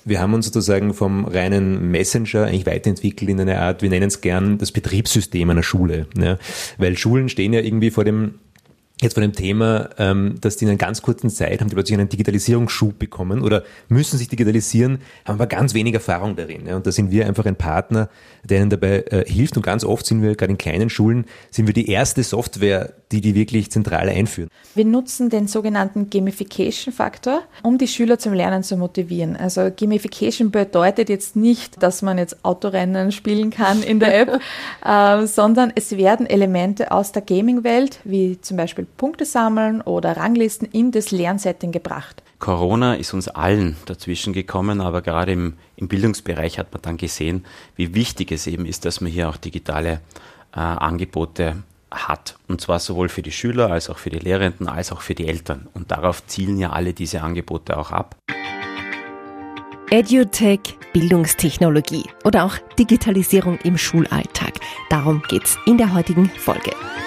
Wir haben uns sozusagen vom reinen Messenger eigentlich weiterentwickelt in eine Art, wir nennen es gern das Betriebssystem einer Schule. Ja? Weil Schulen stehen ja irgendwie vor dem Thema, dass die in einer ganz kurzen Zeit haben die plötzlich einen Digitalisierungsschub bekommen oder müssen sich digitalisieren, haben aber ganz wenig Erfahrung darin. Ja. Und da sind wir einfach ein Partner, der ihnen dabei hilft. Und ganz oft sind wir, gerade in kleinen Schulen, sind wir die erste Software, die wirklich zentral einführen. Wir nutzen den sogenannten Gamification-Faktor, um die Schüler zum Lernen zu motivieren. Also Gamification bedeutet jetzt nicht, dass man jetzt Autorennen spielen kann in der App, sondern es werden Elemente aus der Gaming-Welt, wie zum Beispiel Punkte sammeln oder Ranglisten, in das Lernsetting gebracht. Corona ist uns allen dazwischen gekommen, aber gerade im Bildungsbereich hat man dann gesehen, wie wichtig es eben ist, dass man hier auch digitale Angebote hat. Und zwar sowohl für die Schüler als auch für die Lehrenden als auch für die Eltern. Und darauf zielen ja alle diese Angebote auch ab. EduTech, Bildungstechnologie oder auch Digitalisierung im Schulalltag. Darum geht's in der heutigen Folge.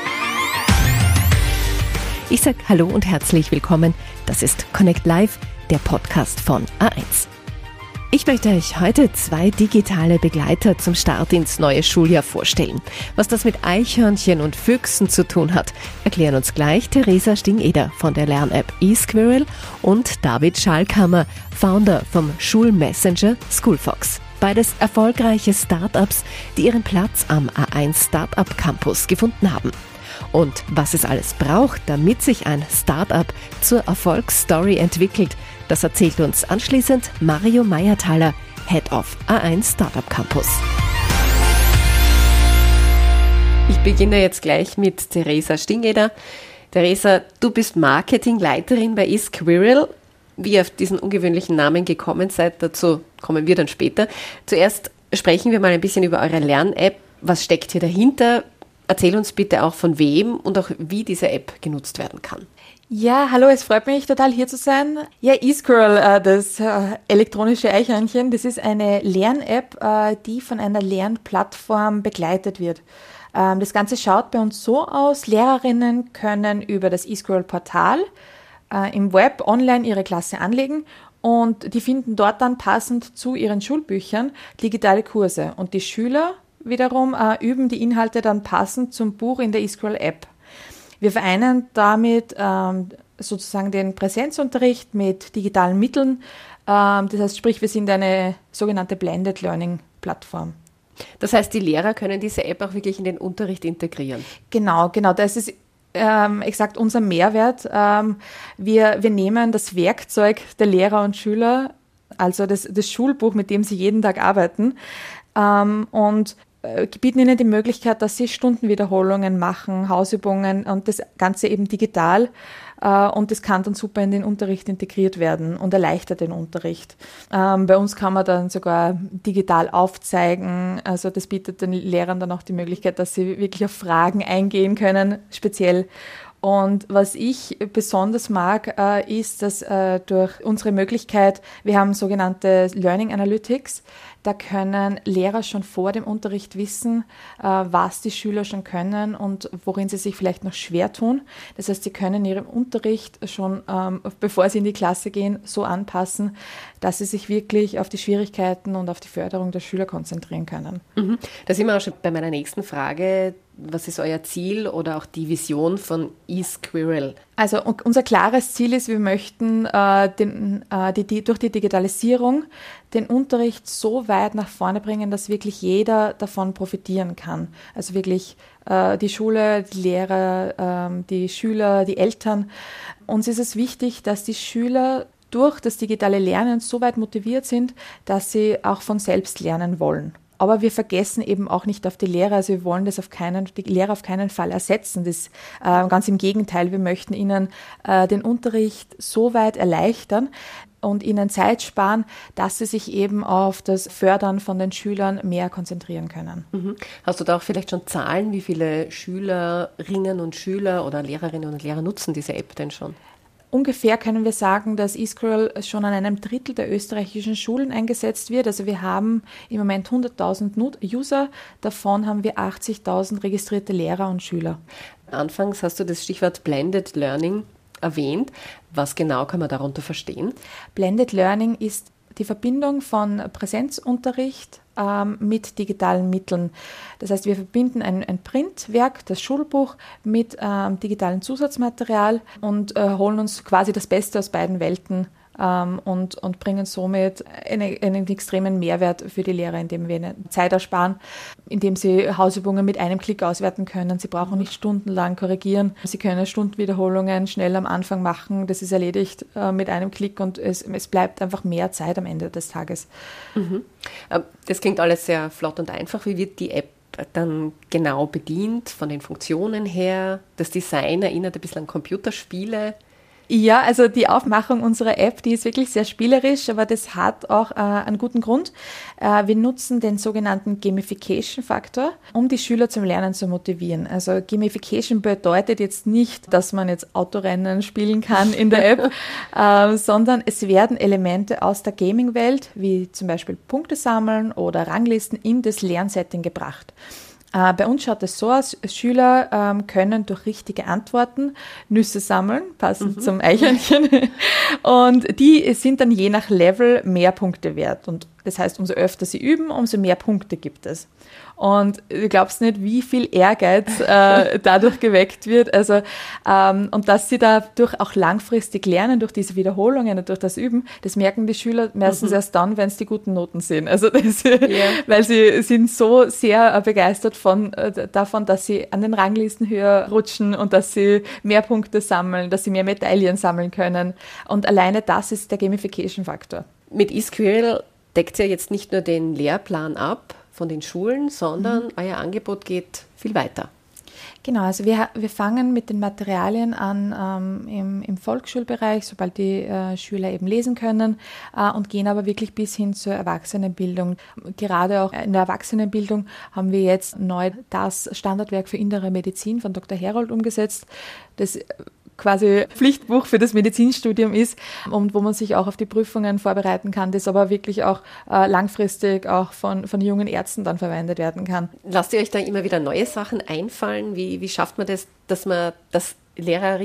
Ich sage Hallo und herzlich willkommen. Das ist Connect Live, der Podcast von A1. Ich möchte euch heute 2 digitale Begleiter zum Start ins neue Schuljahr vorstellen. Was das mit Eichhörnchen und Füchsen zu tun hat, erklären uns gleich Theresa Stingeder von der Lern-App eSquirrel und David Schalkammer, Founder vom Schulmessenger Schoolfox. Beides erfolgreiche Startups, die ihren Platz am A1 Startup Campus gefunden haben. Und was es alles braucht, damit sich ein Startup zur Erfolgsstory entwickelt, das erzählt uns anschließend Mario Meierthaler, Head of A1 Startup Campus. Ich beginne jetzt gleich mit Theresa Stingeder. Theresa, du bist Marketingleiterin bei eSquirrel. Wie ihr auf diesen ungewöhnlichen Namen gekommen seid, dazu kommen wir dann später. Zuerst sprechen wir mal ein bisschen über eure Lern-App. Was steckt hier dahinter? Erzähl uns bitte auch von wem und auch wie diese App genutzt werden kann. Ja, hallo, es freut mich total hier zu sein. Ja, eSquirrel, das elektronische Eichhörnchen, das ist eine Lern-App, die von einer Lernplattform begleitet wird. Das Ganze schaut bei uns so aus, Lehrerinnen können über das eSquirrel-Portal im Web online ihre Klasse anlegen und die finden dort dann passend zu ihren Schulbüchern digitale Kurse. Und die Schüler wiederum üben die Inhalte dann passend zum Buch in der eSquirrel-App. Wir vereinen damit sozusagen den Präsenzunterricht mit digitalen Mitteln. Das heißt, sprich, wir sind eine sogenannte Blended Learning Plattform. Das heißt, die Lehrer können diese App auch wirklich in den Unterricht integrieren? Genau. Das ist exakt unser Mehrwert. Wir nehmen das Werkzeug der Lehrer und Schüler, also das Schulbuch, mit dem sie jeden Tag arbeiten, und bieten ihnen die Möglichkeit, dass sie Stundenwiederholungen machen, Hausübungen und das Ganze eben digital. Und das kann dann super in den Unterricht integriert werden und erleichtert den Unterricht. Bei uns kann man dann sogar digital aufzeigen. Also das bietet den Lehrern dann auch die Möglichkeit, dass sie wirklich auf Fragen eingehen können, speziell. Und was ich besonders mag, ist, dass durch unsere Möglichkeit, wir haben sogenannte Learning Analytics, da können Lehrer schon vor dem Unterricht wissen, was die Schüler schon können und worin sie sich vielleicht noch schwer tun. Das heißt, sie können ihren Unterricht schon, bevor sie in die Klasse gehen, so anpassen, dass sie sich wirklich auf die Schwierigkeiten und auf die Förderung der Schüler konzentrieren können. Mhm. Da sind wir auch schon bei meiner nächsten Frage. Was ist euer Ziel oder auch die Vision von eSquirrel? Also unser klares Ziel ist, wir möchten durch die Digitalisierung den Unterricht so weit nach vorne bringen, dass wirklich jeder davon profitieren kann. Also wirklich die Schule, die Lehrer, die Schüler, die Eltern. Uns ist es wichtig, dass die Schüler durch das digitale Lernen so weit motiviert sind, dass sie auch von selbst lernen wollen. Aber wir vergessen eben auch nicht auf die Lehrer, also wir wollen die Lehrer auf keinen Fall ersetzen. Ganz im Gegenteil, wir möchten ihnen den Unterricht so weit erleichtern und ihnen Zeit sparen, dass sie sich eben auf das Fördern von den Schülern mehr konzentrieren können. Mhm. Hast du da auch vielleicht schon Zahlen, wie viele Schülerinnen und Schüler oder Lehrerinnen und Lehrer nutzen diese App denn schon? Ungefähr können wir sagen, dass eSquirrel schon an einem Drittel der österreichischen Schulen eingesetzt wird. Also wir haben im Moment 100.000 User, davon haben wir 80.000 registrierte Lehrer und Schüler. Anfangs hast du das Stichwort Blended Learning erwähnt. Was genau kann man darunter verstehen? Blended Learning ist die Verbindung von Präsenzunterricht mit digitalen Mitteln. Das heißt, wir verbinden ein Printwerk, das Schulbuch, mit digitalem Zusatzmaterial und holen uns quasi das Beste aus beiden Welten und bringen somit einen extremen Mehrwert für die Lehrer, indem wir Zeit ersparen, indem sie Hausübungen mit einem Klick auswerten können. Sie brauchen nicht stundenlang korrigieren. Sie können Stundenwiederholungen schnell am Anfang machen. Das ist erledigt mit einem Klick und es bleibt einfach mehr Zeit am Ende des Tages. Das klingt alles sehr flott und einfach. Wie wird die App dann genau bedient, von den Funktionen her? Das Design erinnert ein bisschen an Computerspiele. Ja, also die Aufmachung unserer App, die ist wirklich sehr spielerisch, aber das hat auch einen guten Grund. Wir nutzen den sogenannten Gamification-Faktor, um die Schüler zum Lernen zu motivieren. Also Gamification bedeutet jetzt nicht, dass man jetzt Autorennen spielen kann in der App, sondern es werden Elemente aus der Gaming-Welt, wie zum Beispiel Punkte sammeln oder Ranglisten, in das Lernsetting gebracht. Bei uns schaut es so aus, Schüler können durch richtige Antworten Nüsse sammeln, passend zum Eichhörnchen. Und die sind dann je nach Level mehr Punkte wert. Und das heißt, umso öfter sie üben, umso mehr Punkte gibt es. Und du glaubst nicht, wie viel Ehrgeiz dadurch geweckt wird. Also, und dass sie dadurch auch langfristig lernen, durch diese Wiederholungen und durch das Üben, das merken die Schüler meistens erst dann, wenn es die guten Noten sehen. Also weil sie sind so sehr begeistert davon, dass sie an den Ranglisten höher rutschen und dass sie mehr Punkte sammeln, dass sie mehr Medaillen sammeln können. Und alleine das ist der Gamification-Faktor. Mit eSquirrel deckt ihr jetzt nicht nur den Lehrplan ab von den Schulen, sondern euer Angebot geht viel weiter. Genau, also wir fangen mit den Materialien an im Volksschulbereich, sobald die Schüler eben lesen können, und gehen aber wirklich bis hin zur Erwachsenenbildung. Gerade auch in der Erwachsenenbildung haben wir jetzt neu das Standardwerk für innere Medizin von Dr. Herold umgesetzt, das quasi Pflichtbuch für das Medizinstudium ist und wo man sich auch auf die Prüfungen vorbereiten kann, das aber wirklich auch langfristig auch von jungen Ärzten dann verwendet werden kann. Lasst ihr euch da immer wieder neue Sachen einfallen? Wie schafft man das, dass Lehrer,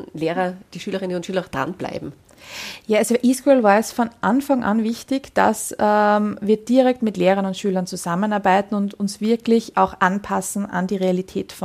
die Schülerinnen und Schüler auch dranbleiben? Ja, also bei eSquirrel war es von Anfang an wichtig, dass wir direkt mit Lehrern und Schülern zusammenarbeiten und uns wirklich auch anpassen an die Realität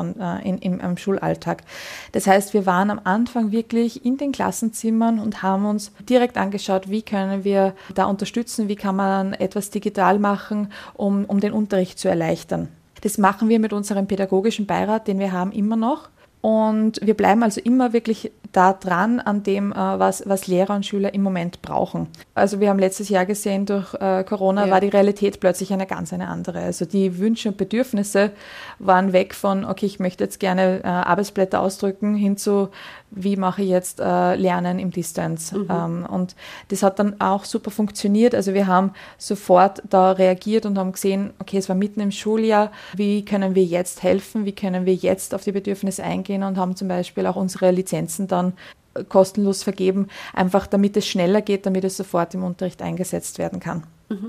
im Schulalltag. Das heißt, wir waren am Anfang wirklich in den Klassenzimmern und haben uns direkt angeschaut, wie können wir da unterstützen, wie kann man etwas digital machen, um den Unterricht zu erleichtern. Das machen wir mit unserem pädagogischen Beirat, den wir haben, immer noch. Und wir bleiben also immer wirklich da dran an dem, was Lehrer und Schüler im Moment brauchen. Also wir haben letztes Jahr gesehen, durch Corona war die Realität plötzlich eine andere. Also die Wünsche und Bedürfnisse waren weg von, okay, ich möchte jetzt gerne Arbeitsblätter ausdrücken, hin zu, wie mache ich jetzt Lernen im Distance. Und das hat dann auch super funktioniert. Also wir haben sofort da reagiert und haben gesehen, okay, es war mitten im Schuljahr, wie können wir jetzt helfen, wie können wir jetzt auf die Bedürfnisse eingehen und haben zum Beispiel auch unsere Lizenzen dann kostenlos vergeben, einfach damit es schneller geht, damit es sofort im Unterricht eingesetzt werden kann.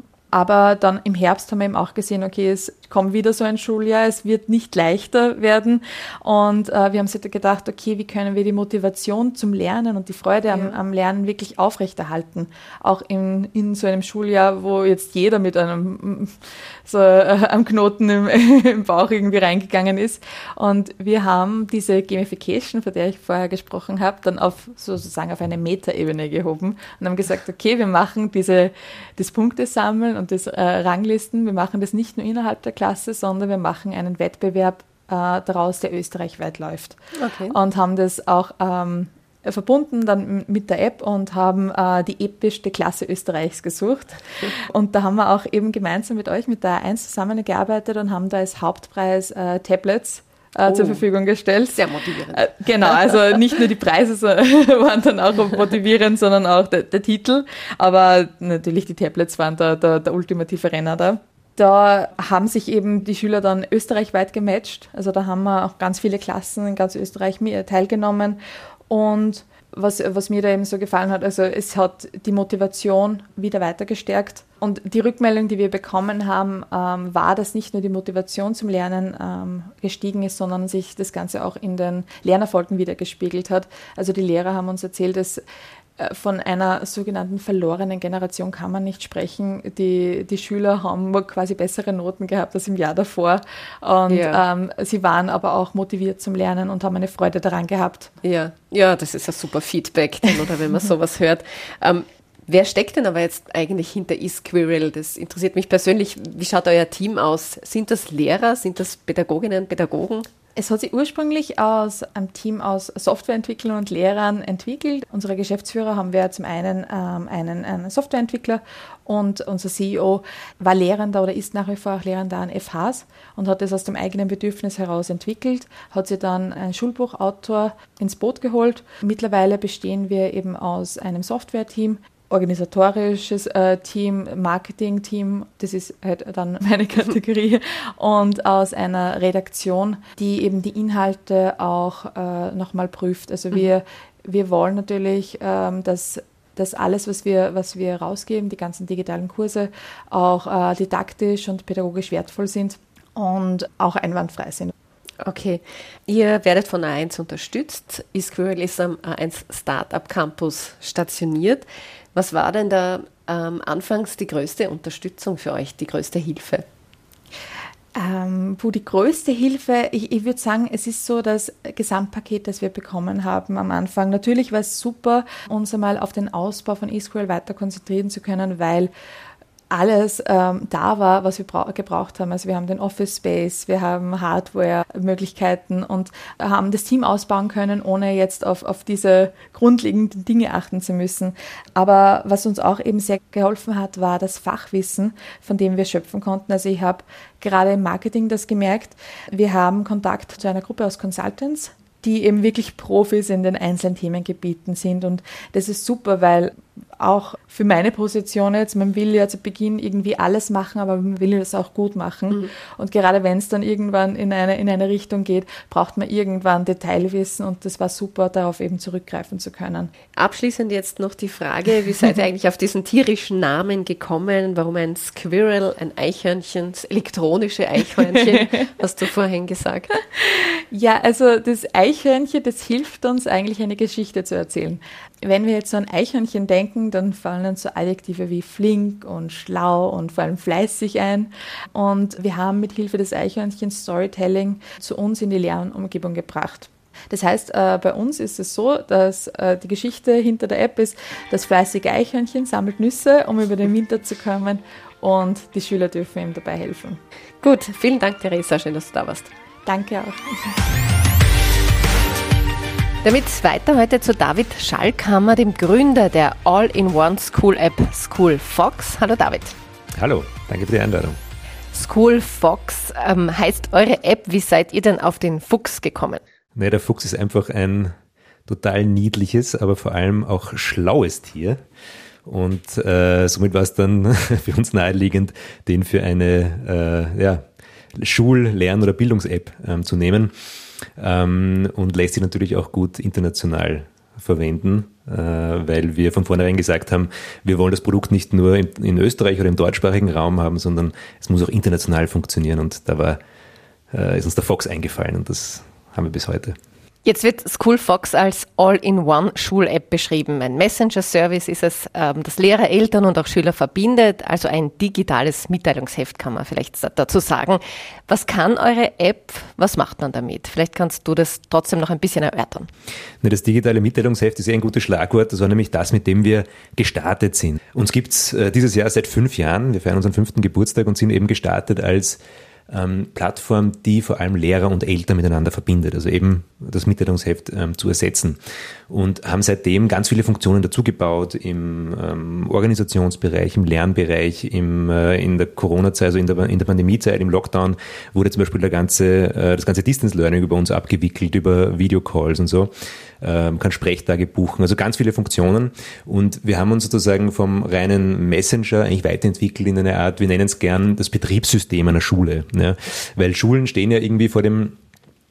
Aber dann im Herbst haben wir eben auch gesehen, okay, es kommt wieder so ein Schuljahr, es wird nicht leichter werden. Und wir haben uns gedacht, okay, wie können wir die Motivation zum Lernen und die Freude am Lernen wirklich aufrechterhalten? Auch in so einem Schuljahr, wo jetzt jeder mit einem am Knoten im Bauch irgendwie reingegangen ist. Und wir haben diese Gamification, von der ich vorher gesprochen habe, dann sozusagen auf eine Metaebene gehoben und haben gesagt, okay, wir machen das Punktesammeln und das Ranglisten, wir machen das nicht nur innerhalb der Klasse, sondern wir machen einen Wettbewerb daraus, der österreichweit läuft. Okay. Und haben das auch verbunden dann mit der App und haben die epischste Klasse Österreichs gesucht. Und da haben wir auch eben gemeinsam mit euch, mit der A1 zusammengearbeitet und haben da als Hauptpreis Tablets zur Verfügung gestellt. Sehr motivierend. Genau, also nicht nur die Preise waren dann auch motivierend, sondern auch der Titel. Aber natürlich die Tablets waren der ultimative Renner da. Da haben sich eben die Schüler dann österreichweit gematcht. Also da haben wir auch ganz viele Klassen in ganz Österreich teilgenommen. Und was mir da eben so gefallen hat, also es hat die Motivation wieder weiter gestärkt. Und die Rückmeldung, die wir bekommen haben, war, dass nicht nur die Motivation zum Lernen gestiegen ist, sondern sich das Ganze auch in den Lernerfolgen wieder gespiegelt hat. Also die Lehrer haben uns erzählt, dass von einer sogenannten verlorenen Generation kann man nicht sprechen. Die Schüler haben quasi bessere Noten gehabt als im Jahr davor. Und sie waren aber auch motiviert zum Lernen und haben eine Freude daran gehabt. Ja, das ist ein super Feedback, oder wenn man sowas hört. Wer steckt denn aber jetzt eigentlich hinter eSquirrel? Das interessiert mich persönlich. Wie schaut euer Team aus? Sind das Lehrer? Sind das Pädagoginnen, Pädagogen? Es hat sich ursprünglich aus einem Team aus Softwareentwicklern und Lehrern entwickelt. Unsere Geschäftsführer haben wir zum einen einen Softwareentwickler und unser CEO war Lehrender oder ist nach wie vor auch Lehrender an FHs und hat das aus dem eigenen Bedürfnis heraus entwickelt, hat sich dann einen Schulbuchautor ins Boot geholt. Mittlerweile bestehen wir eben aus einem Software-Team, organisatorisches Team, Marketing-Team, das ist halt dann meine Kategorie, und aus einer Redaktion, die eben die Inhalte auch nochmal prüft. Also wir wollen natürlich, dass alles, was wir rausgeben, die ganzen digitalen Kurse, auch didaktisch und pädagogisch wertvoll sind und auch einwandfrei sind. Okay, ihr werdet von A1 unterstützt. eSquirrel ist am A1 Startup Campus stationiert. Was war denn da anfangs die größte Unterstützung für euch, die größte Hilfe? Die größte Hilfe, ich würde sagen, es ist so das Gesamtpaket, das wir bekommen haben am Anfang. Natürlich war es super, uns einmal auf den Ausbau von eSquirrel weiter konzentrieren zu können, weil alles da war, was wir gebraucht haben. Also wir haben den Office Space, wir haben Hardware-Möglichkeiten und haben das Team ausbauen können, ohne jetzt auf diese grundlegenden Dinge achten zu müssen. Aber was uns auch eben sehr geholfen hat, war das Fachwissen, von dem wir schöpfen konnten. Also ich habe gerade im Marketing das gemerkt. Wir haben Kontakt zu einer Gruppe aus Consultants, die eben wirklich Profis in den einzelnen Themengebieten sind. Und das ist super, weil auch für meine Position jetzt, man will ja zu Beginn irgendwie alles machen, aber man will das auch gut machen. Und gerade wenn es dann irgendwann in eine Richtung geht, braucht man irgendwann Detailwissen und das war super, darauf eben zurückgreifen zu können. Abschließend jetzt noch die Frage, wie seid ihr eigentlich auf diesen tierischen Namen gekommen? Warum ein Squirrel, ein Eichhörnchen, das elektronische Eichhörnchen, hast du vorhin gesagt? Ja, also das Eichhörnchen, das hilft uns eigentlich eine Geschichte zu erzählen. Wenn wir jetzt so an Eichhörnchen denken, dann fallen uns so Adjektive wie flink und schlau und vor allem fleißig ein. Und wir haben mit Hilfe des Eichhörnchens Storytelling zu uns in die Lernumgebung gebracht. Das heißt, bei uns ist es so, dass die Geschichte hinter der App ist, das fleißige Eichhörnchen sammelt Nüsse, um über den Winter zu kommen und die Schüler dürfen ihm dabei helfen. Gut, vielen Dank, Theresa, schön, dass du da warst. Danke auch. Damit weiter heute zu David Schalkhammer, dem Gründer der All-in-One-School-App SchoolFox. Hallo David. Hallo, danke für die Einladung. SchoolFox heißt eure App. Wie seid ihr denn auf den Fuchs gekommen? Der Fuchs ist einfach ein total niedliches, aber vor allem auch schlaues Tier. Und somit war es dann für uns naheliegend, den für eine Schul-, Lern- oder Bildungs-App zu nehmen. Und lässt sich natürlich auch gut international verwenden, weil wir von vornherein gesagt haben, wir wollen das Produkt nicht nur in Österreich oder im deutschsprachigen Raum haben, sondern es muss auch international funktionieren und da ist uns der Fox eingefallen und das haben wir bis heute. Jetzt wird SchoolFox als All-in-One-Schul-App beschrieben. Ein Messenger-Service ist es, das Lehrer, Eltern und auch Schüler verbindet, also ein digitales Mitteilungsheft kann man vielleicht dazu sagen. Was kann eure App, was macht man damit? Vielleicht kannst du das trotzdem noch ein bisschen erörtern. Das digitale Mitteilungsheft ist ein gutes Schlagwort, das war nämlich das, mit dem wir gestartet sind. Uns gibt's dieses Jahr seit 5 Jahren, wir feiern unseren 5. Geburtstag und sind eben gestartet als Plattform, die vor allem Lehrer und Eltern miteinander verbindet, also eben das Mitteilungsheft zu ersetzen. Und haben seitdem ganz viele Funktionen dazugebaut im Organisationsbereich, im Lernbereich, in der Corona-Zeit, also in der Pandemiezeit, im Lockdown wurde zum Beispiel das ganze Distance Learning über uns abgewickelt, über Videocalls und so. Kann Sprechtage buchen, also ganz viele Funktionen. Und wir haben uns sozusagen vom reinen Messenger eigentlich weiterentwickelt in eine Art, wir nennen es gern das Betriebssystem einer Schule. Ja? Weil Schulen stehen ja irgendwie vor dem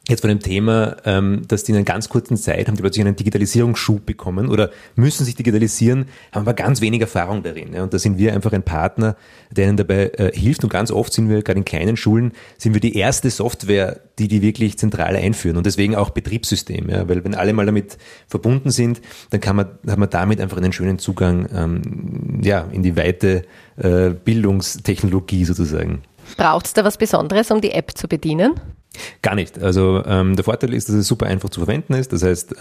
jetzt von dem Thema, dass die in einer ganz kurzen Zeit haben die plötzlich einen Digitalisierungsschub bekommen oder müssen sich digitalisieren, haben aber ganz wenig Erfahrung darin. Ja. Und da sind wir einfach ein Partner, der ihnen dabei hilft. Und ganz oft sind wir, gerade in kleinen Schulen, sind wir die erste Software, die wirklich zentral einführen. Und deswegen auch Betriebssystem. Ja. Weil wenn alle mal damit verbunden sind, dann hat man damit einfach einen schönen Zugang in die weite Bildungstechnologie sozusagen. Braucht es da was Besonderes, um die App zu bedienen? Gar nicht. Also der Vorteil ist, dass es super einfach zu verwenden ist. Das heißt,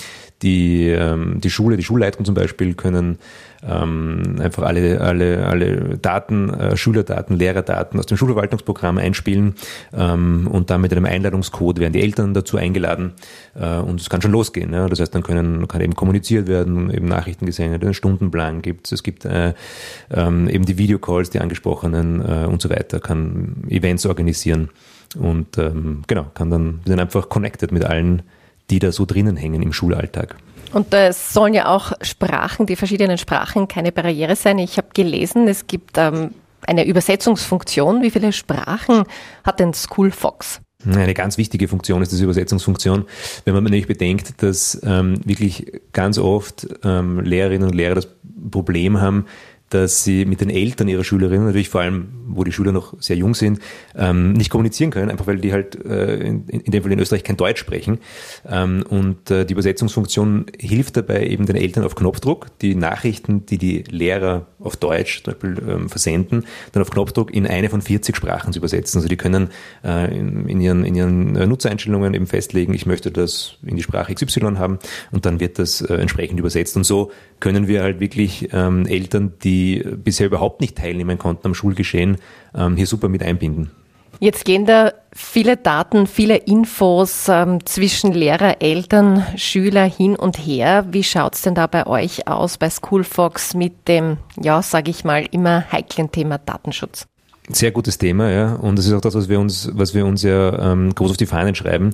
die Schulleitung zum Beispiel können einfach alle Daten, Schülerdaten, Lehrerdaten aus dem Schulverwaltungsprogramm einspielen und dann mit einem Einladungscode werden die Eltern dazu eingeladen und es kann schon losgehen. Ja. Das heißt, dann kann eben kommuniziert werden, eben Nachrichten gesendet, einen Stundenplan gibt es gibt eben die Videocalls, die angesprochenen und so weiter, kann Events organisieren. Und sind einfach connected mit allen, die da so drinnen hängen im Schulalltag. Und es sollen ja auch die verschiedenen Sprachen keine Barriere sein. Ich habe gelesen, es gibt eine Übersetzungsfunktion. Wie viele Sprachen hat denn SchoolFox? Eine ganz wichtige Funktion ist diese Übersetzungsfunktion, wenn man nämlich bedenkt, dass wirklich ganz oft Lehrerinnen und Lehrer das Problem haben, dass sie mit den Eltern ihrer Schülerinnen, natürlich vor allem, wo die Schüler noch sehr jung sind, nicht kommunizieren können, einfach weil die halt in dem Fall in Österreich kein Deutsch sprechen. Und die Übersetzungsfunktion hilft dabei, eben den Eltern auf Knopfdruck die Nachrichten, die die Lehrer auf Deutsch zum Beispiel versenden, dann auf Knopfdruck in eine von 40 Sprachen zu übersetzen. Also die können in ihren Nutzereinstellungen eben festlegen, ich möchte das in die Sprache XY haben und dann wird das entsprechend übersetzt. Und so können wir halt wirklich Eltern, die bisher überhaupt nicht teilnehmen konnten am Schulgeschehen, hier super mit einbinden. Jetzt gehen da viele Daten, viele Infos zwischen Lehrer, Eltern, Schüler hin und her. Wie schaut's denn da bei euch aus, bei SchoolFox mit dem, sage ich mal, immer heiklen Thema Datenschutz? Sehr gutes Thema, ja. Und das ist auch das, was wir uns ja groß auf die Fahnen schreiben.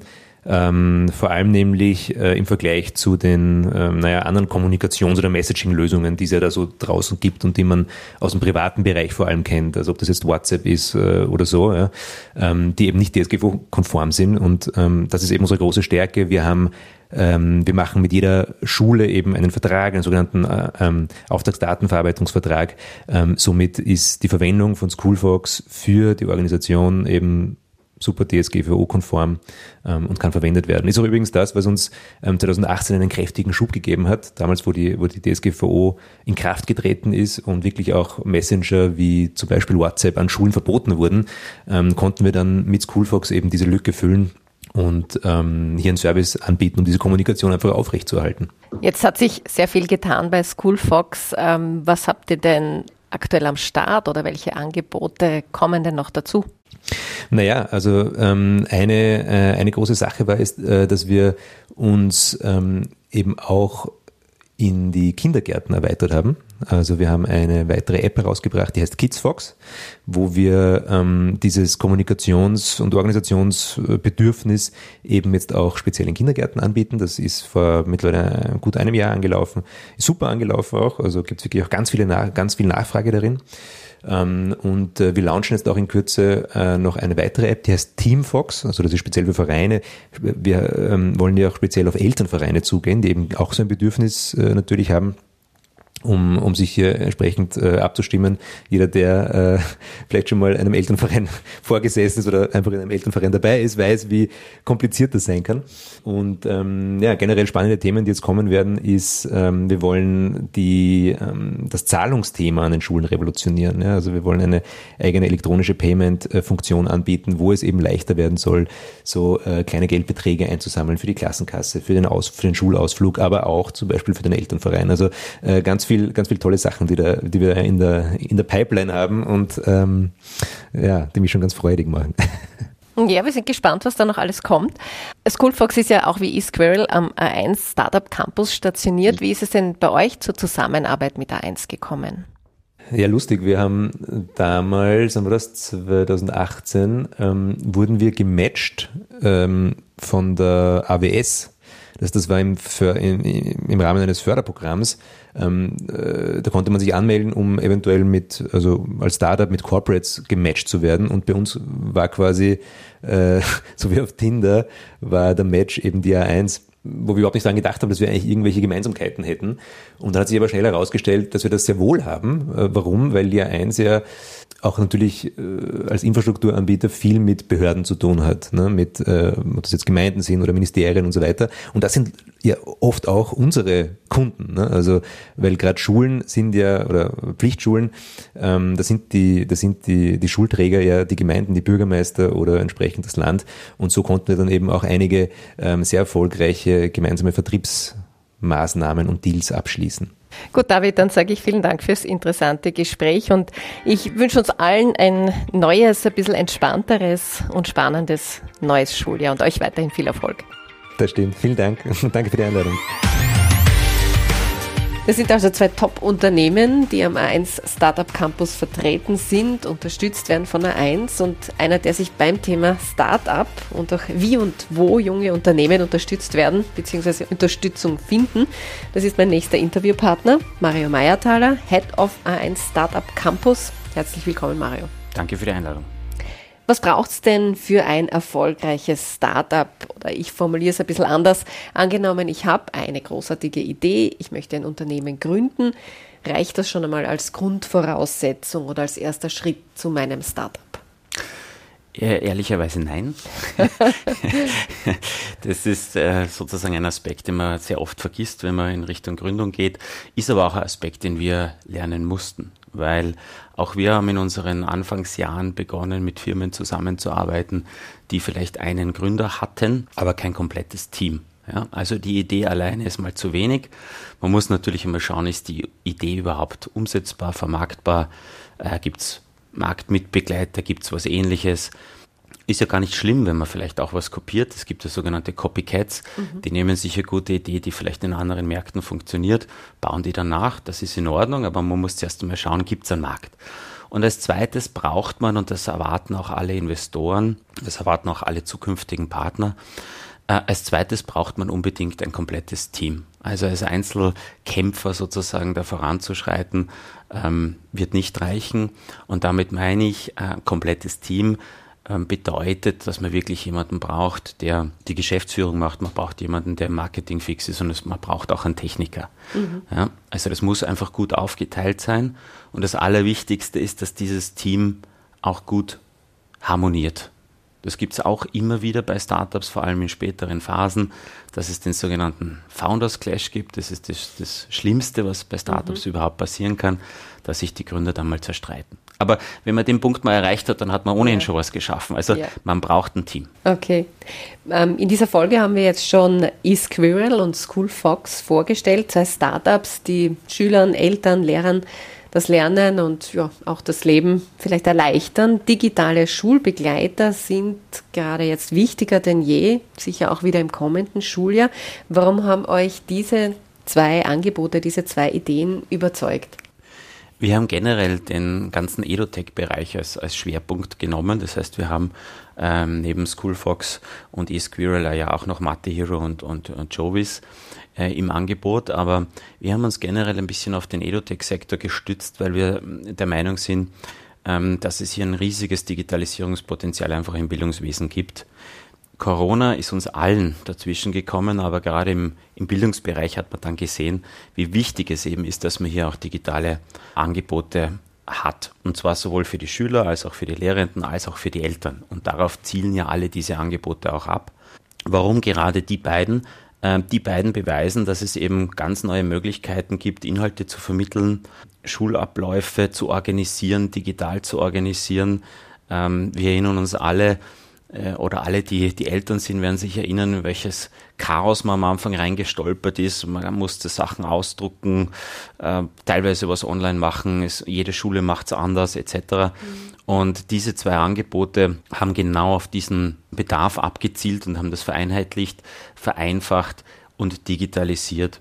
Vor allem nämlich im Vergleich zu den anderen Kommunikations- oder Messaging-Lösungen, die es ja da so draußen gibt und die man aus dem privaten Bereich vor allem kennt, also ob das jetzt WhatsApp ist oder so, ja, die eben nicht DSGVO-konform sind und das ist eben unsere große Stärke. Wir machen mit jeder Schule eben einen Vertrag, einen sogenannten Auftragsdatenverarbeitungsvertrag. Somit ist die Verwendung von SchoolFox für die Organisation eben super DSGVO-konform und kann verwendet werden. Ist auch übrigens das, was uns 2018 einen kräftigen Schub gegeben hat, damals wo die DSGVO in Kraft getreten ist und wirklich auch Messenger wie zum Beispiel WhatsApp an Schulen verboten wurden, konnten wir dann mit SchoolFox eben diese Lücke füllen und hier einen Service anbieten, um diese Kommunikation einfach aufrechtzuerhalten. Jetzt hat sich sehr viel getan bei SchoolFox. Was habt ihr denn aktuell am Start oder welche Angebote kommen denn noch dazu? Naja, also eine große Sache war ist, dass wir uns eben auch in die Kindergärten erweitert haben. Also wir haben eine weitere App herausgebracht, die heißt KidsFox, wo wir dieses Kommunikations- und Organisationsbedürfnis eben jetzt auch speziell in Kindergärten anbieten. Das ist vor mittlerweile gut einem Jahr angelaufen. Ist super angelaufen auch, also gibt es wirklich auch ganz viel Nachfrage darin. Und wir launchen jetzt auch in Kürze noch eine weitere App, die heißt TeamFox, also das ist speziell für Vereine. Wir wollen ja auch speziell auf Elternvereine zugehen, die eben auch so ein Bedürfnis natürlich haben, um sich hier entsprechend abzustimmen. Jeder, der vielleicht schon mal einem Elternverein vorgesessen ist oder einfach in einem Elternverein dabei ist, weiß, wie kompliziert das sein kann. Und generell spannende Themen, die jetzt kommen werden, ist, wir wollen das Zahlungsthema an den Schulen revolutionieren. Ja? Also wir wollen eine eigene elektronische Payment-Funktion anbieten, wo es eben leichter werden soll, so kleine Geldbeträge einzusammeln für die Klassenkasse, für den Schulausflug, aber auch zum Beispiel für den Elternverein. Also ganz viel tolle Sachen, die wir in der Pipeline haben und die mich schon ganz freudig machen. Ja, wir sind gespannt, was da noch alles kommt. SchoolFox ist ja auch wie eSquirrel am A1 Startup Campus stationiert. Wie ist es denn bei euch zur Zusammenarbeit mit A1 gekommen? Ja, lustig. Wir haben damals, 2018, wurden wir gematcht von der AWS. Das war im Rahmen eines Förderprogramms. Da konnte man sich anmelden, um eventuell als Startup mit Corporates gematcht zu werden. Und bei uns war quasi, so wie auf Tinder, war der Match eben die A1, wo wir überhaupt nicht daran gedacht haben, dass wir eigentlich irgendwelche Gemeinsamkeiten hätten. Und dann hat sich aber schnell herausgestellt, dass wir das sehr wohl haben. Warum? Weil die A1 ja auch natürlich als Infrastrukturanbieter viel mit Behörden zu tun hat, ne? Ob das jetzt Gemeinden sind oder Ministerien und so weiter. Und das sind ja oft auch unsere Kunden, ne? Also, weil gerade Schulen sind ja, oder Pflichtschulen, da sind die Schulträger ja die Gemeinden, die Bürgermeister oder entsprechend das Land. Und so konnten wir dann eben auch einige sehr erfolgreiche gemeinsame Vertriebsmaßnahmen und Deals abschließen. Gut, David, dann sage ich vielen Dank fürs interessante Gespräch und ich wünsche uns allen ein neues, ein bisschen entspannteres und spannendes neues Schuljahr und euch weiterhin viel Erfolg. Das stimmt. Vielen Dank und danke für die Einladung. Das sind also 2 Top-Unternehmen, die am A1 Startup Campus vertreten sind, unterstützt werden von A1 und einer, der sich beim Thema Startup und auch wie und wo junge Unternehmen unterstützt werden bzw. Unterstützung finden. Das ist mein nächster Interviewpartner, Mario Meierthaler, Head of A1 Startup Campus. Herzlich willkommen, Mario. Danke für die Einladung. Was braucht es denn für ein erfolgreiches Startup? Oder ich formuliere es ein bisschen anders. Angenommen, ich habe eine großartige Idee, ich möchte ein Unternehmen gründen. Reicht das schon einmal als Grundvoraussetzung oder als erster Schritt zu meinem Startup? Ehrlicherweise nein. Das ist sozusagen ein Aspekt, den man sehr oft vergisst, wenn man in Richtung Gründung geht, ist aber auch ein Aspekt, den wir lernen mussten, weil auch wir haben in unseren Anfangsjahren begonnen, mit Firmen zusammenzuarbeiten, die vielleicht einen Gründer hatten, aber kein komplettes Team. Ja, also die Idee alleine ist mal zu wenig. Man muss natürlich immer schauen, ist die Idee überhaupt umsetzbar, vermarktbar, gibt es Marktmitbegleiter, gibt es was Ähnliches. Ist ja gar nicht schlimm, wenn man vielleicht auch was kopiert. Es gibt ja sogenannte Copycats, die nehmen sich eine gute Idee, die vielleicht in anderen Märkten funktioniert, bauen die dann nach, das ist in Ordnung, aber man muss zuerst einmal schauen, gibt es einen Markt. Und als zweites braucht man, und das erwarten auch alle Investoren, das erwarten auch alle zukünftigen Partner, als zweites braucht man unbedingt ein komplettes Team. Also als Einzelkämpfer sozusagen da voranzuschreiten, wird nicht reichen. Und damit meine ich, ein komplettes Team bedeutet, dass man wirklich jemanden braucht, der die Geschäftsführung macht. Man braucht jemanden, der im Marketing fix ist und man braucht auch einen Techniker. Ja, also das muss einfach gut aufgeteilt sein. Und das Allerwichtigste ist, dass dieses Team auch gut harmoniert. Das gibt es auch immer wieder bei Startups, vor allem in späteren Phasen, dass es den sogenannten Founders Clash gibt. Das ist das Schlimmste, was bei Startups überhaupt passieren kann, dass sich die Gründer dann mal zerstreiten. Aber wenn man den Punkt mal erreicht hat, dann hat man ohnehin schon was geschaffen. Also man braucht ein Team. Okay. In dieser Folge haben wir jetzt schon eSquirrel und SchoolFox vorgestellt, 2 Startups, die Schülern, Eltern, Lehrern das Lernen und auch das Leben vielleicht erleichtern. Digitale Schulbegleiter sind gerade jetzt wichtiger denn je, sicher auch wieder im kommenden Schuljahr. Warum haben euch diese 2 Angebote, diese 2 Ideen überzeugt? Wir haben generell den ganzen EduTech-Bereich als Schwerpunkt genommen. Das heißt, wir haben neben SchoolFox und eSquirrel ja auch noch Mathe Hero und Jovis im Angebot. Aber wir haben uns generell ein bisschen auf den EduTech-Sektor gestützt, weil wir der Meinung sind, dass es hier ein riesiges Digitalisierungspotenzial einfach im Bildungswesen gibt. Corona ist uns allen dazwischen gekommen, aber gerade im Bildungsbereich hat man dann gesehen, wie wichtig es eben ist, dass man hier auch digitale Angebote hat. Und zwar sowohl für die Schüler als auch für die Lehrenden als auch für die Eltern. Und darauf zielen ja alle diese Angebote auch ab. Warum gerade die beiden? Die beiden beweisen, dass es eben ganz neue Möglichkeiten gibt, Inhalte zu vermitteln, Schulabläufe zu organisieren, digital zu organisieren. Wir erinnern uns alle, oder alle, die Eltern sind, werden sich erinnern, in welches Chaos man am Anfang reingestolpert ist. Man musste Sachen ausdrucken, teilweise was online machen, jede Schule macht es anders etc. Und diese 2 Angebote haben genau auf diesen Bedarf abgezielt und haben das vereinheitlicht, vereinfacht und digitalisiert.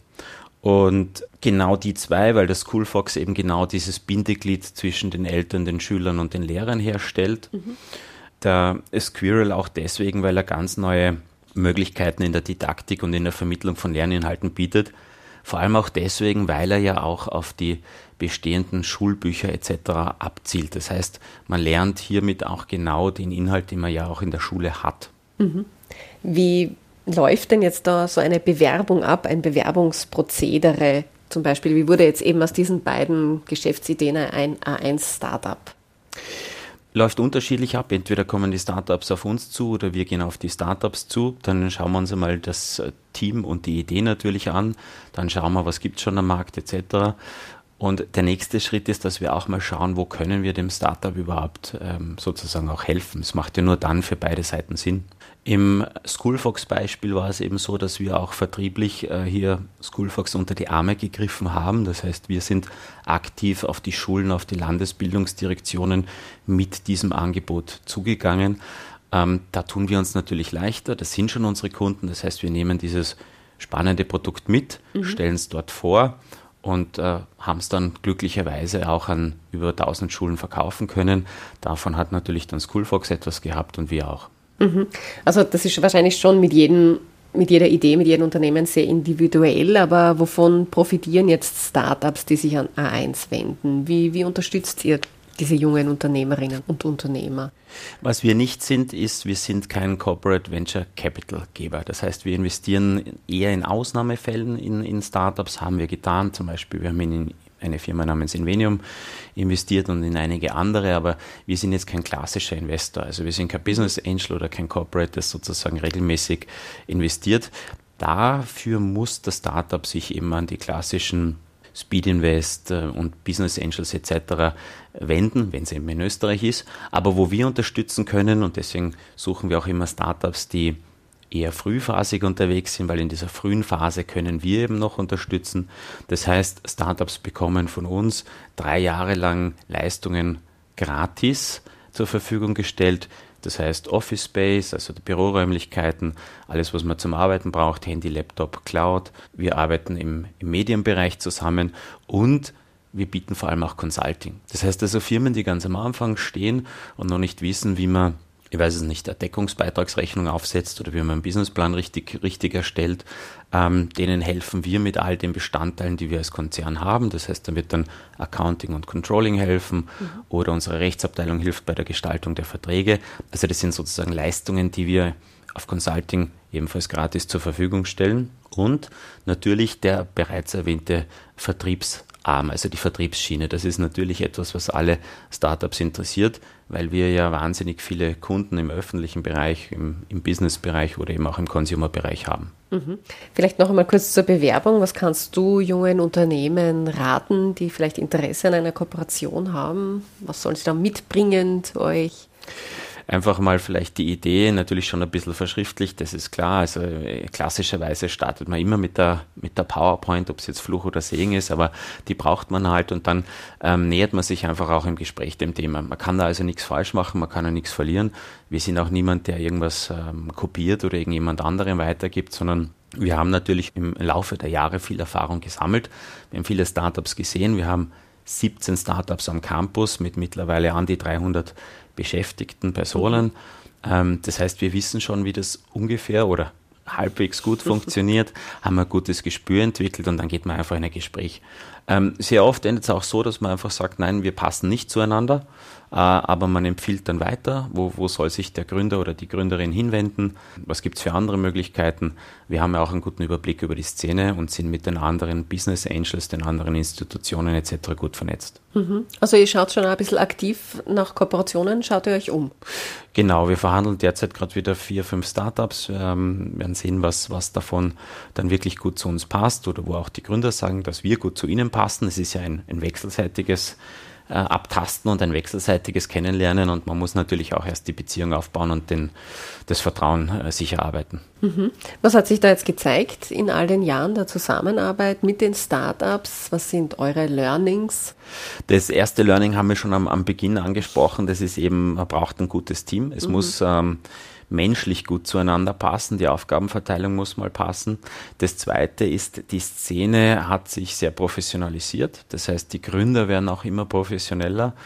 Und genau die 2, weil das SchoolFox eben genau dieses Bindeglied zwischen den Eltern, den Schülern und den Lehrern herstellt. Der Squirrel auch deswegen, weil er ganz neue Möglichkeiten in der Didaktik und in der Vermittlung von Lerninhalten bietet. Vor allem auch deswegen, weil er ja auch auf die bestehenden Schulbücher etc. abzielt. Das heißt, man lernt hiermit auch genau den Inhalt, den man ja auch in der Schule hat. Wie läuft denn jetzt da so eine Bewerbung ab, ein Bewerbungsprozedere zum Beispiel? Wie wurde jetzt eben aus diesen beiden Geschäftsideen ein A1-Startup? Läuft unterschiedlich ab. Entweder kommen die Startups auf uns zu oder wir gehen auf die Startups zu. Dann schauen wir uns einmal das Team und die Idee natürlich an. Dann schauen wir, was gibt es schon am Markt etc. Und der nächste Schritt ist, dass wir auch mal schauen, wo können wir dem Startup überhaupt sozusagen auch helfen. Es macht ja nur dann für beide Seiten Sinn. Im Schoolfox-Beispiel war es eben so, dass wir auch vertrieblich hier Schoolfox unter die Arme gegriffen haben. Das heißt, wir sind aktiv auf die Schulen, auf die Landesbildungsdirektionen mit diesem Angebot zugegangen. Da tun wir uns natürlich leichter. Das sind schon unsere Kunden. Das heißt, wir nehmen dieses spannende Produkt mit, stellen es dort vor und haben es dann glücklicherweise auch an über 1000 Schulen verkaufen können. Davon hat natürlich dann Schoolfox etwas gehabt und wir auch. Also das ist wahrscheinlich schon mit jeder Idee, mit jedem Unternehmen sehr individuell, aber wovon profitieren jetzt Startups, die sich an A1 wenden? Wie unterstützt ihr diese jungen Unternehmerinnen und Unternehmer? Was wir nicht sind, ist, wir sind kein Corporate Venture Capital Geber. Das heißt, wir investieren eher in Ausnahmefällen in Startups, haben wir getan. Zum Beispiel, wir haben in eine Firma namens Invenium investiert und in einige andere, aber wir sind jetzt kein klassischer Investor. Also wir sind kein Business Angel oder kein Corporate, das sozusagen regelmäßig investiert. Dafür muss das Startup sich eben an die klassischen Speed Invest und Business Angels etc. wenden, wenn es eben in Österreich ist. Aber wo wir unterstützen können, und deswegen suchen wir auch immer Startups, die eher frühphasig unterwegs sind, weil in dieser frühen Phase können wir eben noch unterstützen. Das heißt, Startups bekommen von uns 3 Jahre lang Leistungen gratis zur Verfügung gestellt. Das heißt Office Space, also die Büroräumlichkeiten, alles, was man zum Arbeiten braucht, Handy, Laptop, Cloud. Wir arbeiten im Medienbereich zusammen und wir bieten vor allem auch Consulting. Das heißt also Firmen, die ganz am Anfang stehen und noch nicht wissen, wie man, ich weiß es nicht, eine Deckungsbeitragsrechnung aufsetzt oder wie man einen Businessplan richtig erstellt, denen helfen wir mit all den Bestandteilen, die wir als Konzern haben. Das heißt, da wird dann Accounting und Controlling helfen oder unsere Rechtsabteilung hilft bei der Gestaltung der Verträge. Also das sind sozusagen Leistungen, die wir auf Consulting ebenfalls gratis zur Verfügung stellen. Und natürlich der bereits erwähnte Vertriebsarm, also die Vertriebsschiene. Das ist natürlich etwas, was alle Startups interessiert, weil wir ja wahnsinnig viele Kunden im öffentlichen Bereich, im Businessbereich oder eben auch im Consumer-Bereich haben. Vielleicht noch einmal kurz zur Bewerbung. Was kannst du jungen Unternehmen raten, die vielleicht Interesse an einer Kooperation haben? Was sollen sie da mitbringen zu euch? Einfach mal vielleicht die Idee natürlich schon ein bisschen verschriftlicht, das ist klar. Also klassischerweise startet man immer mit der PowerPoint, ob es jetzt Fluch oder Segen ist, aber die braucht man halt und dann nähert man sich einfach auch im Gespräch dem Thema. Man kann da also nichts falsch machen, man kann ja nichts verlieren. Wir sind auch niemand, der irgendwas kopiert oder irgendjemand anderem weitergibt, sondern wir haben natürlich im Laufe der Jahre viel Erfahrung gesammelt. Wir haben viele Startups gesehen, wir haben 17 Startups am Campus mit mittlerweile an die 300 beschäftigten Personen. Das heißt, wir wissen schon, wie das ungefähr oder halbwegs gut funktioniert, haben ein gutes Gespür entwickelt und dann geht man einfach in ein Gespräch. Sehr oft endet es auch so, dass man einfach sagt, nein, wir passen nicht zueinander, aber man empfiehlt dann weiter, wo soll sich der Gründer oder die Gründerin hinwenden, was gibt es für andere Möglichkeiten. Wir haben ja auch einen guten Überblick über die Szene und sind mit den anderen Business Angels, den anderen Institutionen etc. gut vernetzt. Also ihr schaut schon ein bisschen aktiv nach Kooperationen, schaut ihr euch um? Genau, wir verhandeln derzeit gerade wieder 4, 5 Startups, werden sehen, was davon dann wirklich gut zu uns passt oder wo auch die Gründer sagen, dass wir gut zu ihnen passen. Es ist ja ein wechselseitiges Abtasten und ein wechselseitiges Kennenlernen und man muss natürlich auch erst die Beziehung aufbauen und das Vertrauen sich erarbeiten. Was hat sich da jetzt gezeigt in all den Jahren der Zusammenarbeit mit den Startups? Was sind eure Learnings? Das erste Learning haben wir schon am Beginn angesprochen, das ist eben, man braucht ein gutes Team. Es muss menschlich gut zueinander passen, die Aufgabenverteilung muss mal passen. Das zweite ist, die Szene hat sich sehr professionalisiert, das heißt, die Gründer werden auch immer professioneller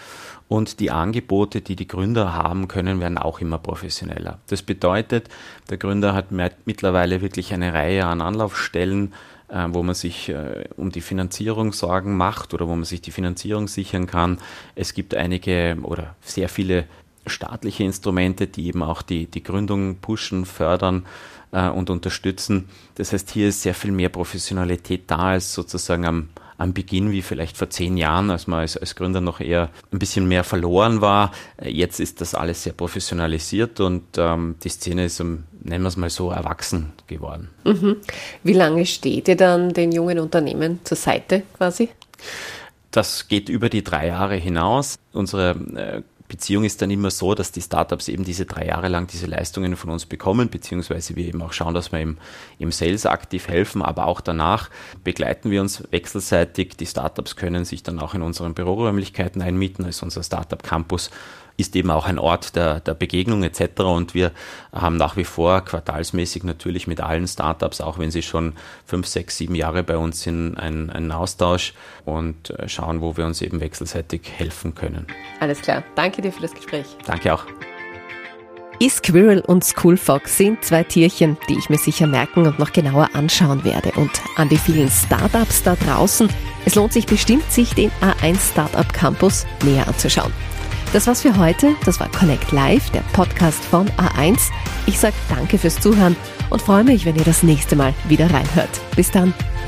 und die Angebote, die die Gründer haben können, werden auch immer professioneller. Das bedeutet, der Gründer hat mittlerweile wirklich eine Reihe an Anlaufstellen, wo man sich um die Finanzierung Sorgen macht oder wo man sich die Finanzierung sichern kann. Es gibt einige oder sehr viele staatliche Instrumente, die eben auch die Gründung pushen, fördern und unterstützen. Das heißt, hier ist sehr viel mehr Professionalität da als sozusagen am Beginn, wie vielleicht vor 10 Jahren, als man als Gründer noch eher ein bisschen mehr verloren war. Jetzt ist das alles sehr professionalisiert und die Szene ist, nennen wir es mal so, erwachsen geworden. Mhm. Wie lange steht ihr dann den jungen Unternehmen zur Seite quasi? Das geht über die 3 Jahre hinaus. Unsere Beziehung ist dann immer so, dass die Startups eben diese 3 Jahre lang diese Leistungen von uns bekommen, beziehungsweise wir eben auch schauen, dass wir im Sales aktiv helfen, aber auch danach begleiten wir uns wechselseitig. Die Startups können sich dann auch in unseren Büroräumlichkeiten einmieten, also unser Startup Campus ist eben auch ein Ort der Begegnung etc. Und wir haben nach wie vor quartalsmäßig natürlich mit allen Startups, auch wenn sie schon 5, 6, 7 Jahre bei uns sind, einen Austausch und schauen, wo wir uns eben wechselseitig helfen können. Alles klar. Danke dir für das Gespräch. Danke auch. eSquirrel und Schoolfox sind 2 Tierchen, die ich mir sicher merken und noch genauer anschauen werde. Und an die vielen Startups da draußen, es lohnt sich bestimmt, sich den A1 Startup Campus näher anzuschauen. Das war's für heute. Das war Connect Live, der Podcast von A1. Ich sage danke fürs Zuhören und freue mich, wenn ihr das nächste Mal wieder reinhört. Bis dann.